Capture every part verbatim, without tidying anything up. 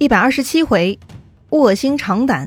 一百二十七回，卧薪尝胆。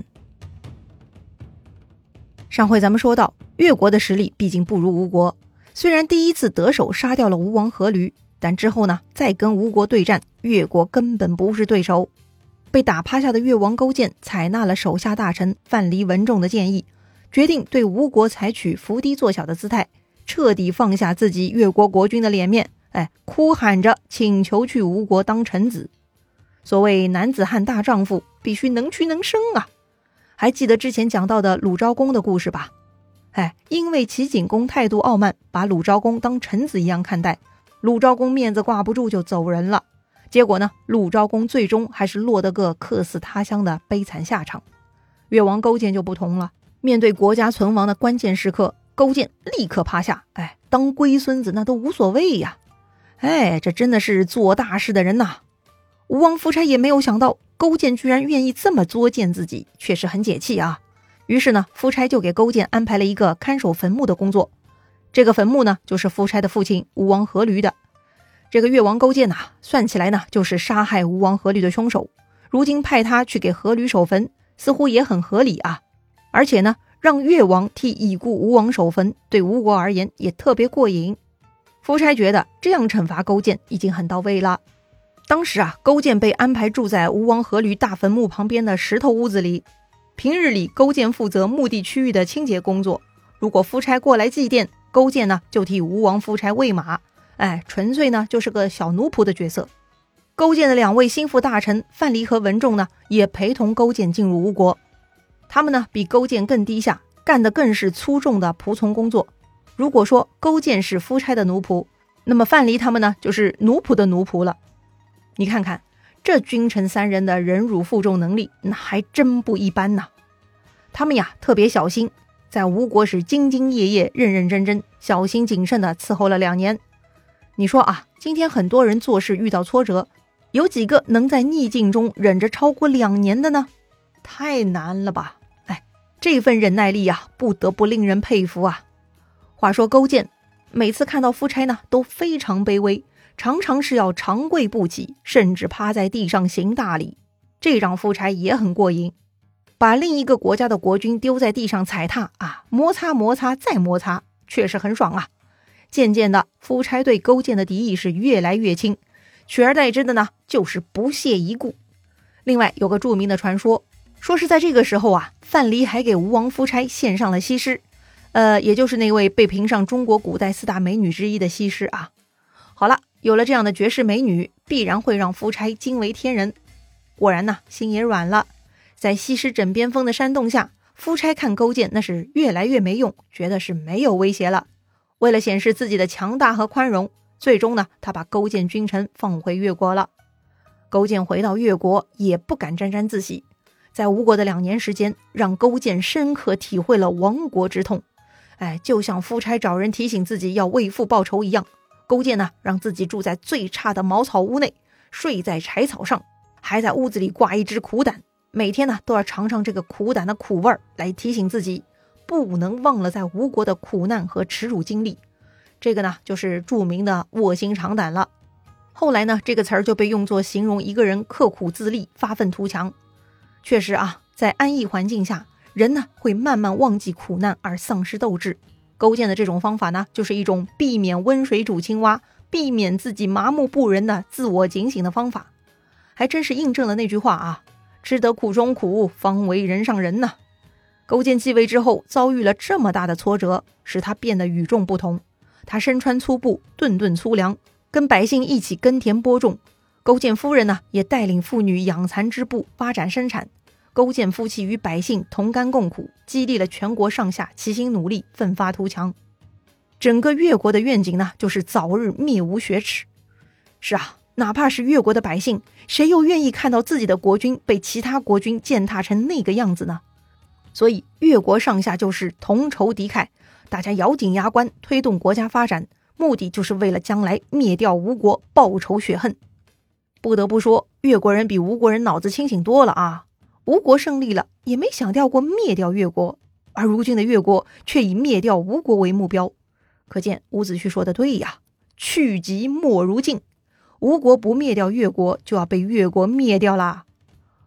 上回咱们说到，越国的实力毕竟不如吴国，虽然第一次得手杀掉了吴王阖闾，但之后呢，再跟吴国对战，越国根本不是对手。被打趴下的越王勾践采纳了手下大臣范蠡、文仲的建议，决定对吴国采取伏低作小的姿态，彻底放下自己越国国君的脸面，哎，哭喊着请求去吴国当臣子。所谓男子汉大丈夫，必须能屈能伸啊！还记得之前讲到的鲁昭公的故事吧？哎，因为齐景公态度傲慢，把鲁昭公当臣子一样看待，鲁昭公面子挂不住就走人了。结果呢，鲁昭公最终还是落得个客死他乡的悲惨下场。越王勾践就不同了，面对国家存亡的关键时刻，勾践立刻趴下，哎，当龟孙子那都无所谓呀！哎，这真的是做大事的人呐！吴王夫差也没有想到勾践居然愿意这么作践自己，确实很解气啊。于是呢，夫差就给勾践安排了一个看守坟墓的工作。这个坟墓呢，就是夫差的父亲吴王阖闾的。这个越王勾践啊，算起来呢，就是杀害吴王阖闾的凶手。如今派他去给阖闾守坟，似乎也很合理啊。而且呢，让越王替已故吴王守坟，对吴国而言也特别过瘾。夫差觉得这样惩罚勾践已经很到位了。当时啊，勾践被安排住在吴王阖闾大坟墓旁边的石头屋子里。平日里，勾践负责墓地区域的清洁工作。如果夫差过来祭奠，勾践呢就替吴王夫差喂马。哎，纯粹呢就是个小奴仆的角色。勾践的两位心腹大臣范蠡和文仲呢，也陪同勾践进入吴国。他们呢比勾践更低下，干的更是粗重的仆从工作。如果说勾践是夫差的奴仆，那么范蠡他们呢就是奴仆的奴仆了。你看看这君臣三人的忍辱负重能力，那还真不一般呐。他们呀特别小心，在吴国是兢兢业业、认认真真、小心谨慎的伺候了两年。你说啊，今天很多人做事遇到挫折，有几个能在逆境中忍着超过两年的呢？太难了吧！哎，这份忍耐力啊，不得不令人佩服啊。话说勾践每次看到夫差呢，都非常卑微，常常是要长跪不起，甚至趴在地上行大礼，这让夫差也很过瘾。把另一个国家的国君丢在地上踩踏啊，摩擦摩擦再摩擦，确实很爽啊。渐渐的，夫差对勾践的敌意是越来越轻，取而代之的呢，就是不屑一顾。另外有个著名的传说，说是在这个时候啊，范蠡还给吴王夫差献上了西施，呃，也就是那位被评上中国古代四大美女之一的西施啊。好了，有了这样的绝世美女，必然会让夫差惊为天人。果然呢，心也软了。在西施枕边风的煽动下，夫差看勾践那是越来越没用，觉得是没有威胁了。为了显示自己的强大和宽容，最终呢，他把勾践君臣放回越国了。勾践回到越国也不敢沾沾自喜，在吴国的两年时间，让勾践深刻体会了亡国之痛。哎，就像夫差找人提醒自己要为父报仇一样，勾践呢，让自己住在最差的茅草屋内，睡在柴草上，还在屋子里挂一只苦胆，每天呢都要尝尝这个苦胆的苦味儿，来提醒自己不能忘了在吴国的苦难和耻辱经历。这个呢就是著名的卧薪尝胆了。后来呢，这个词儿就被用作形容一个人刻苦自立、发愤图强。确实啊，在安逸环境下，人呢会慢慢忘记苦难而丧失斗志。勾践的这种方法呢，就是一种避免温水煮青蛙，避免自己麻木不仁的自我警醒的方法。还真是印证了那句话啊，吃得苦中苦，方为人上人呢。勾践继位之后，遭遇了这么大的挫折，使他变得与众不同。他身穿粗布，顿顿粗粮，跟百姓一起耕田播种。勾践夫人呢，也带领妇女养蚕织布，发展生产。勾践夫妻与百姓同甘共苦，激励了全国上下齐心努力，奋发图强。整个越国的愿景呢，就是早日灭吴雪耻。是啊，哪怕是越国的百姓，谁又愿意看到自己的国君被其他国君践踏成那个样子呢？所以越国上下就是同仇敌忾，大家咬紧牙关，推动国家发展，目的就是为了将来灭掉吴国，报仇雪恨。不得不说，越国人比吴国人脑子清醒多了啊！吴国胜利了，也没想掉过灭掉越国，而如今的越国却以灭掉吴国为目标。可见伍子胥说的对呀，去疾莫如晋。吴国不灭掉越国，就要被越国灭掉啦。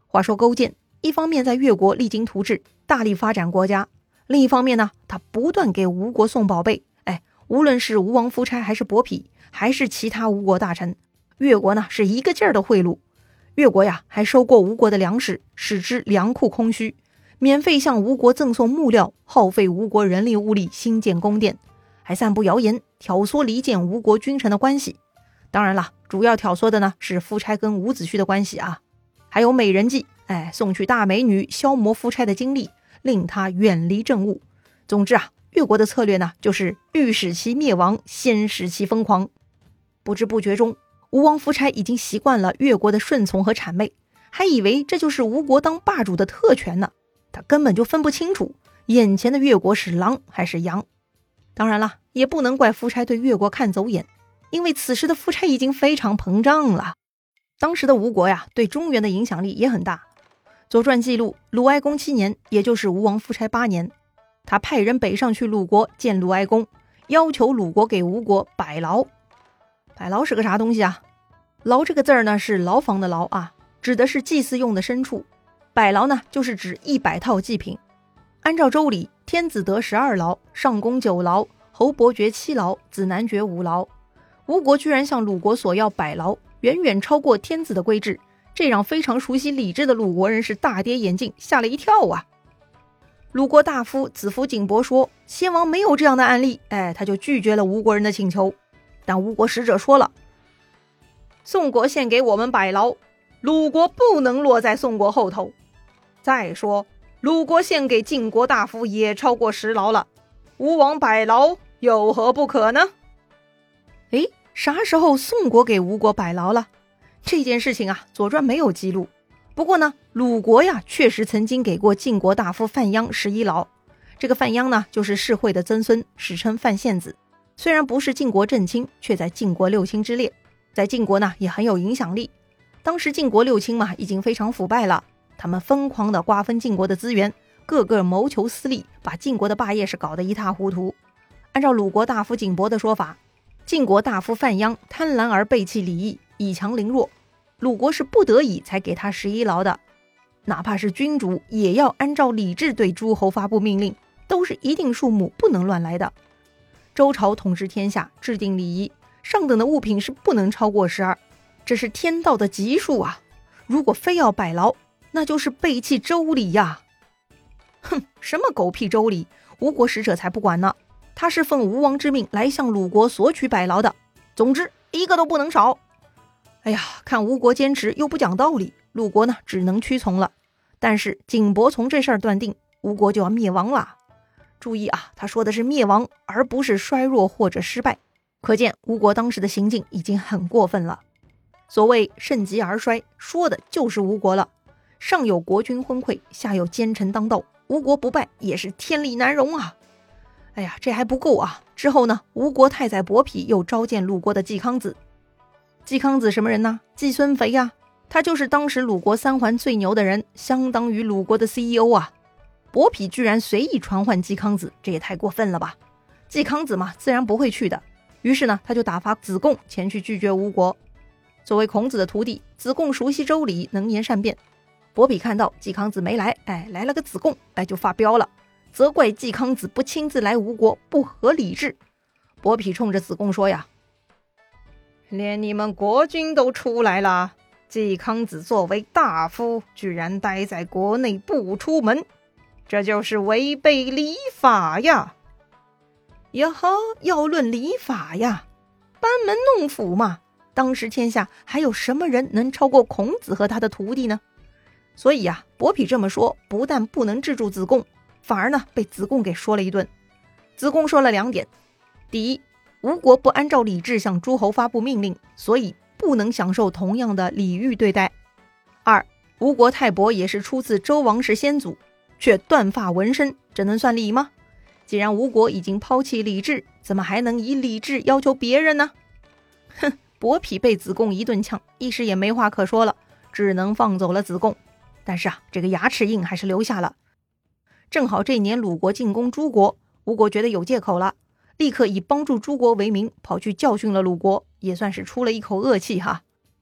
话说勾践一方面在越国励精图治，大力发展国家，另一方面呢，他不断给吴国送宝贝。哎，无论是吴王夫差还是伯嚭，还是其他吴国大臣，越国呢是一个劲儿的贿赂。越国呀还收过吴国的粮食，使之粮库空虚，免费向吴国赠送木料，耗费吴国人力物力兴建宫殿，还散布谣言，挑唆离间吴国君臣的关系。当然了，主要挑唆的呢是夫差跟伍子胥的关系啊，还有美人计，哎，送去大美女消磨夫差的精力，令他远离政务。总之啊，越国的策略呢就是欲使其灭亡，先使其疯狂。不知不觉中，吴王夫差已经习惯了越国的顺从和谄媚，还以为这就是吴国当霸主的特权呢。他根本就分不清楚眼前的越国是狼还是羊。当然了，也不能怪夫差对越国看走眼，因为此时的夫差已经非常膨胀了。当时的吴国呀，对中原的影响力也很大。左传记录，鲁哀公七年，也就是吴王夫差八年，他派人北上去鲁国见鲁哀公，要求鲁国给吴国百劳。百劳是个啥东西啊？劳这个字儿呢是牢房的牢啊，指的是祭祀用的牲畜。百劳呢就是指一百套祭品。按照周礼，天子得十二劳，上公九劳，侯伯爵七劳，子男爵五劳。吴国居然向鲁国索要百劳，远远超过天子的规制，这让非常熟悉礼制的鲁国人是大跌眼镜，吓了一跳啊。鲁国大夫子服景伯说，先王没有这样的案例，哎，他就拒绝了吴国人的请求。但吴国使者说了，宋国献给我们百劳，鲁国不能落在宋国后头。再说鲁国献给晋国大夫也超过十劳了，吴王百劳有何不可呢？诶，啥时候宋国给吴国百劳了？这件事情啊，左传没有记录。不过呢，鲁国呀确实曾经给过晋国大夫范鞅十一劳。这个范鞅呢，就是士惠的曾孙，史称范献子。虽然不是晋国正卿，却在晋国六卿之列，在晋国呢也很有影响力。当时晋国六卿嘛已经非常腐败了，他们疯狂地瓜分晋国的资源，个个谋求私利，把晋国的霸业是搞得一塌糊涂。按照鲁国大夫景伯的说法，晋国大夫范鞅贪婪而背弃礼义，以强凌弱，鲁国是不得已才给他十一劳的。哪怕是君主也要按照礼制对诸侯发布命令，都是一定数目，不能乱来的。周朝统治天下，制定礼仪，上等的物品是不能超过十二，这是天道的极数啊！如果非要百劳，那就是背弃周礼呀！哼，什么狗屁周礼，吴国使者才不管呢！他是奉吴王之命来向鲁国索取百劳的，总之一个都不能少。哎呀，看吴国坚持又不讲道理，鲁国呢只能屈从了。但是景伯从这事儿断定，吴国就要灭亡了。注意啊，他说的是灭亡，而不是衰弱或者失败。可见吴国当时的行径已经很过分了。所谓盛极而衰，说的就是吴国了。上有国君昏聩，下有奸臣当道，吴国不败也是天理难容啊！哎呀，这还不够啊！之后呢，吴国太宰伯嚭又召见鲁国的季康子。季康子什么人呢？季孙肥啊，他就是当时鲁国三环最牛的人，相当于鲁国的 C E O 啊。伯嚭居然随意传唤季康子，这也太过分了吧！季康子嘛，自然不会去的。于是呢，他就打发子贡前去拒绝吴国。作为孔子的徒弟，子贡熟悉周礼，能言善辩。伯嚭看到季康子没来，哎，来了个子贡，哎，就发飙了，责怪季康子不亲自来吴国，不合礼制。伯嚭冲着子贡说呀，连你们国君都出来了，季康子作为大夫，居然待在国内不出门，这就是违背礼法呀！呀呵，要论礼法呀，班门弄斧嘛！当时天下还有什么人能超过孔子和他的徒弟呢？所以啊，伯嚭这么说，不但不能制住子贡，反而呢被子贡给说了一顿。子贡说了两点：第一，吴国不按照礼制向诸侯发布命令，所以不能享受同样的礼遇对待；二，吴国太伯也是出自周王室先祖，却断发纹身，这能算礼吗？既然吴国已经抛弃礼制，怎么还能以礼制要求别人呢？哼，伯嚭被子贡一顿呛，一时也没话可说了，只能放走了子贡。但是啊，这个牙齿印还是留下了。正好这年鲁国进攻诸国，吴国觉得有借口了，立刻以帮助诸国为名，跑去教训了鲁国，也算是出了一口恶气哈。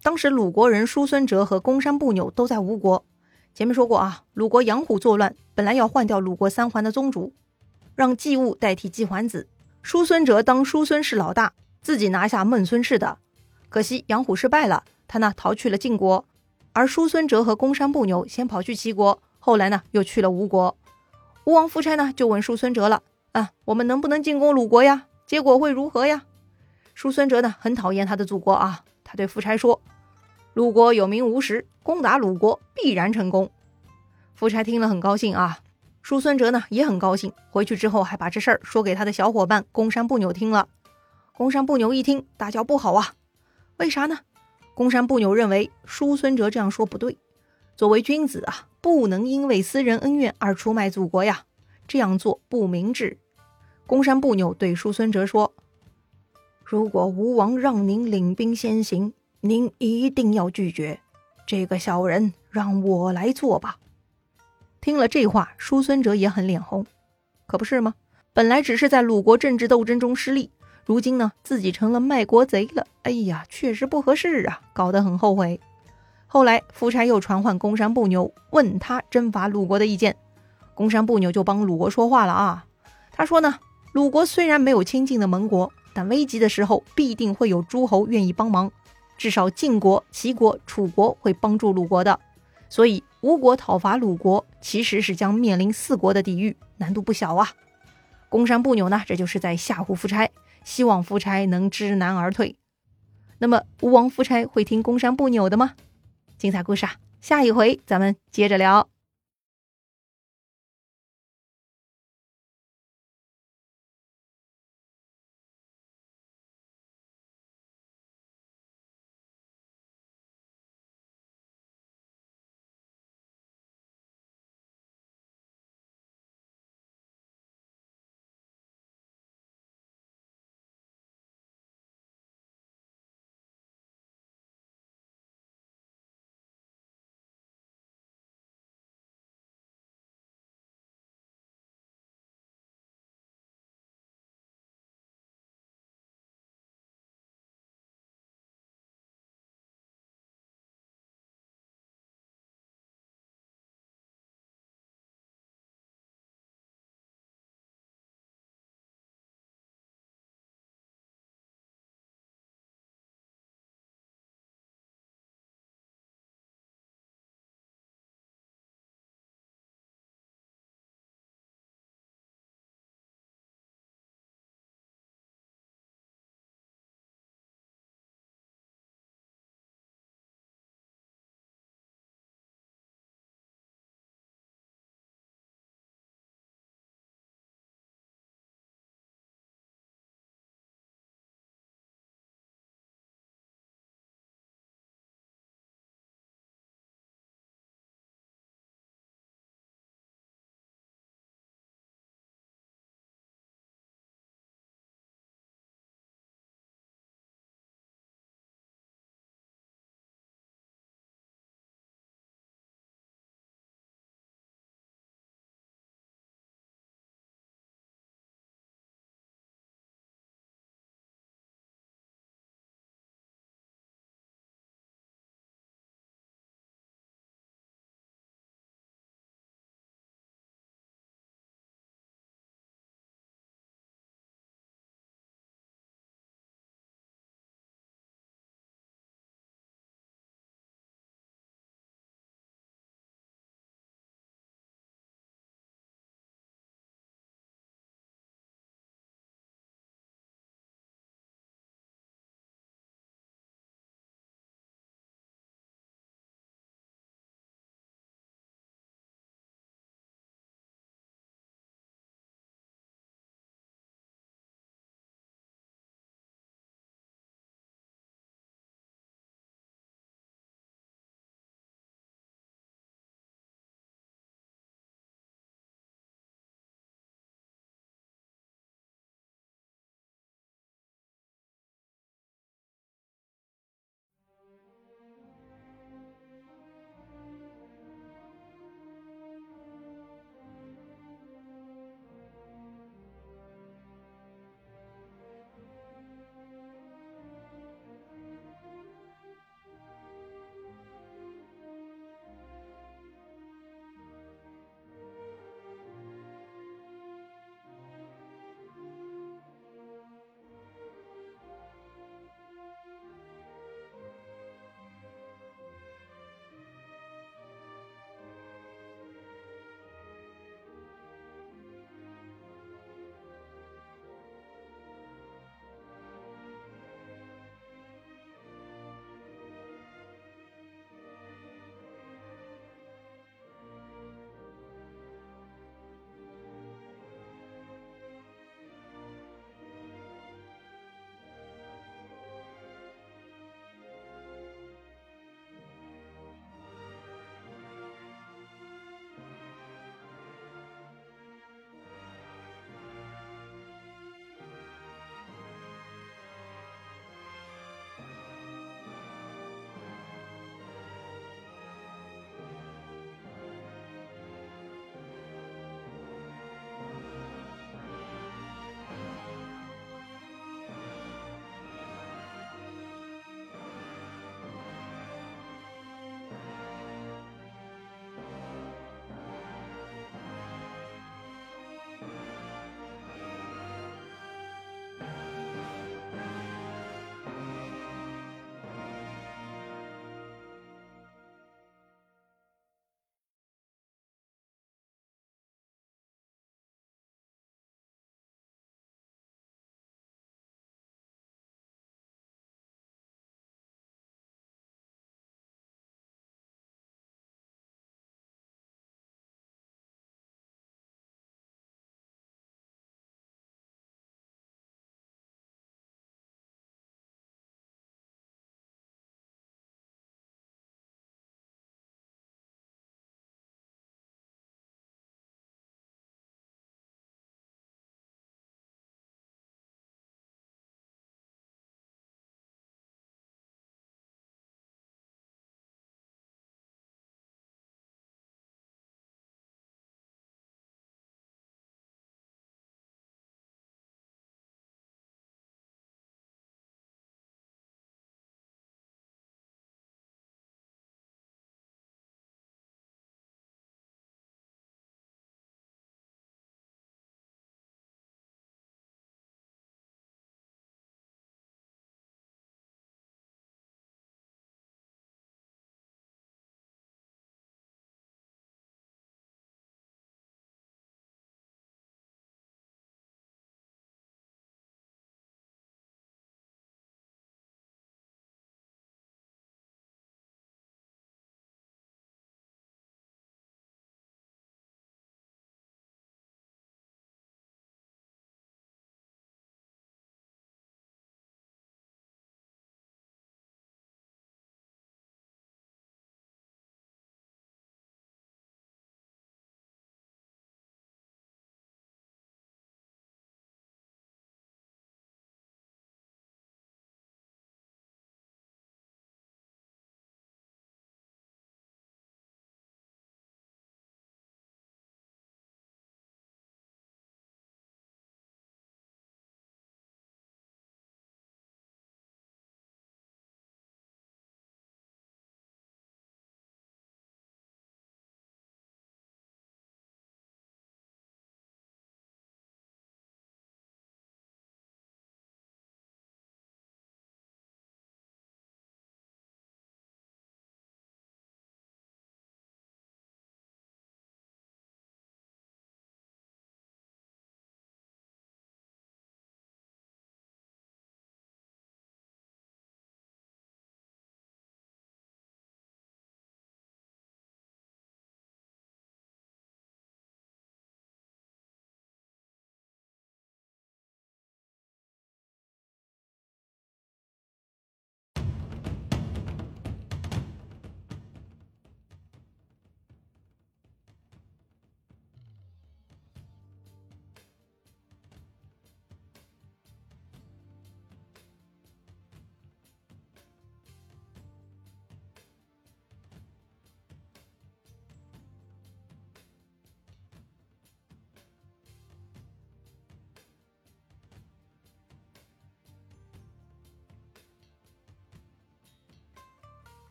当时鲁国人叔孙哲和公山不扭都在吴国。前面说过啊，鲁国杨虎作乱，本来要换掉鲁国三桓的宗主，让季物代替季桓子，叔孙哲当叔孙氏老大，自己拿下孟孙氏的。可惜杨虎失败了，他呢逃去了晋国，而叔孙哲和公山不扭先跑去齐国，后来呢又去了吴国。吴王夫差呢就问叔孙哲了，啊，我们能不能进攻鲁国呀？结果会如何呀？叔孙哲呢很讨厌他的祖国啊，他对夫差说，鲁国有名无实，攻打鲁国必然成功。夫差听了很高兴啊，叔孙哲呢也很高兴，回去之后还把这事儿说给他的小伙伴公山不扭听了。公山不扭一听大叫不好啊，为啥呢？公山不扭认为叔孙哲这样说不对，作为君子啊，不能因为私人恩怨而出卖祖国呀，这样做不明智。公山不扭对叔孙哲说，如果吴王让您领兵先行，您一定要拒绝，这个小人让我来做吧。听了这话，叔孙哲也很脸红，可不是吗？本来只是在鲁国政治斗争中失利，如今呢自己成了卖国贼了，哎呀，确实不合适啊，搞得很后悔。后来夫差又传唤公山不扭，问他征伐鲁国的意见，公山不扭就帮鲁国说话了啊。他说呢，鲁国虽然没有亲近的盟国，但危急的时候必定会有诸侯愿意帮忙，至少晋国、齐国、楚国会帮助鲁国的，所以吴国讨伐鲁国其实是将面临四国的抵御，难度不小啊。公山不扭呢，这就是在吓唬夫差，希望夫差能知难而退。那么吴王夫差会听公山不扭的吗？精彩故事啊，下一回咱们接着聊。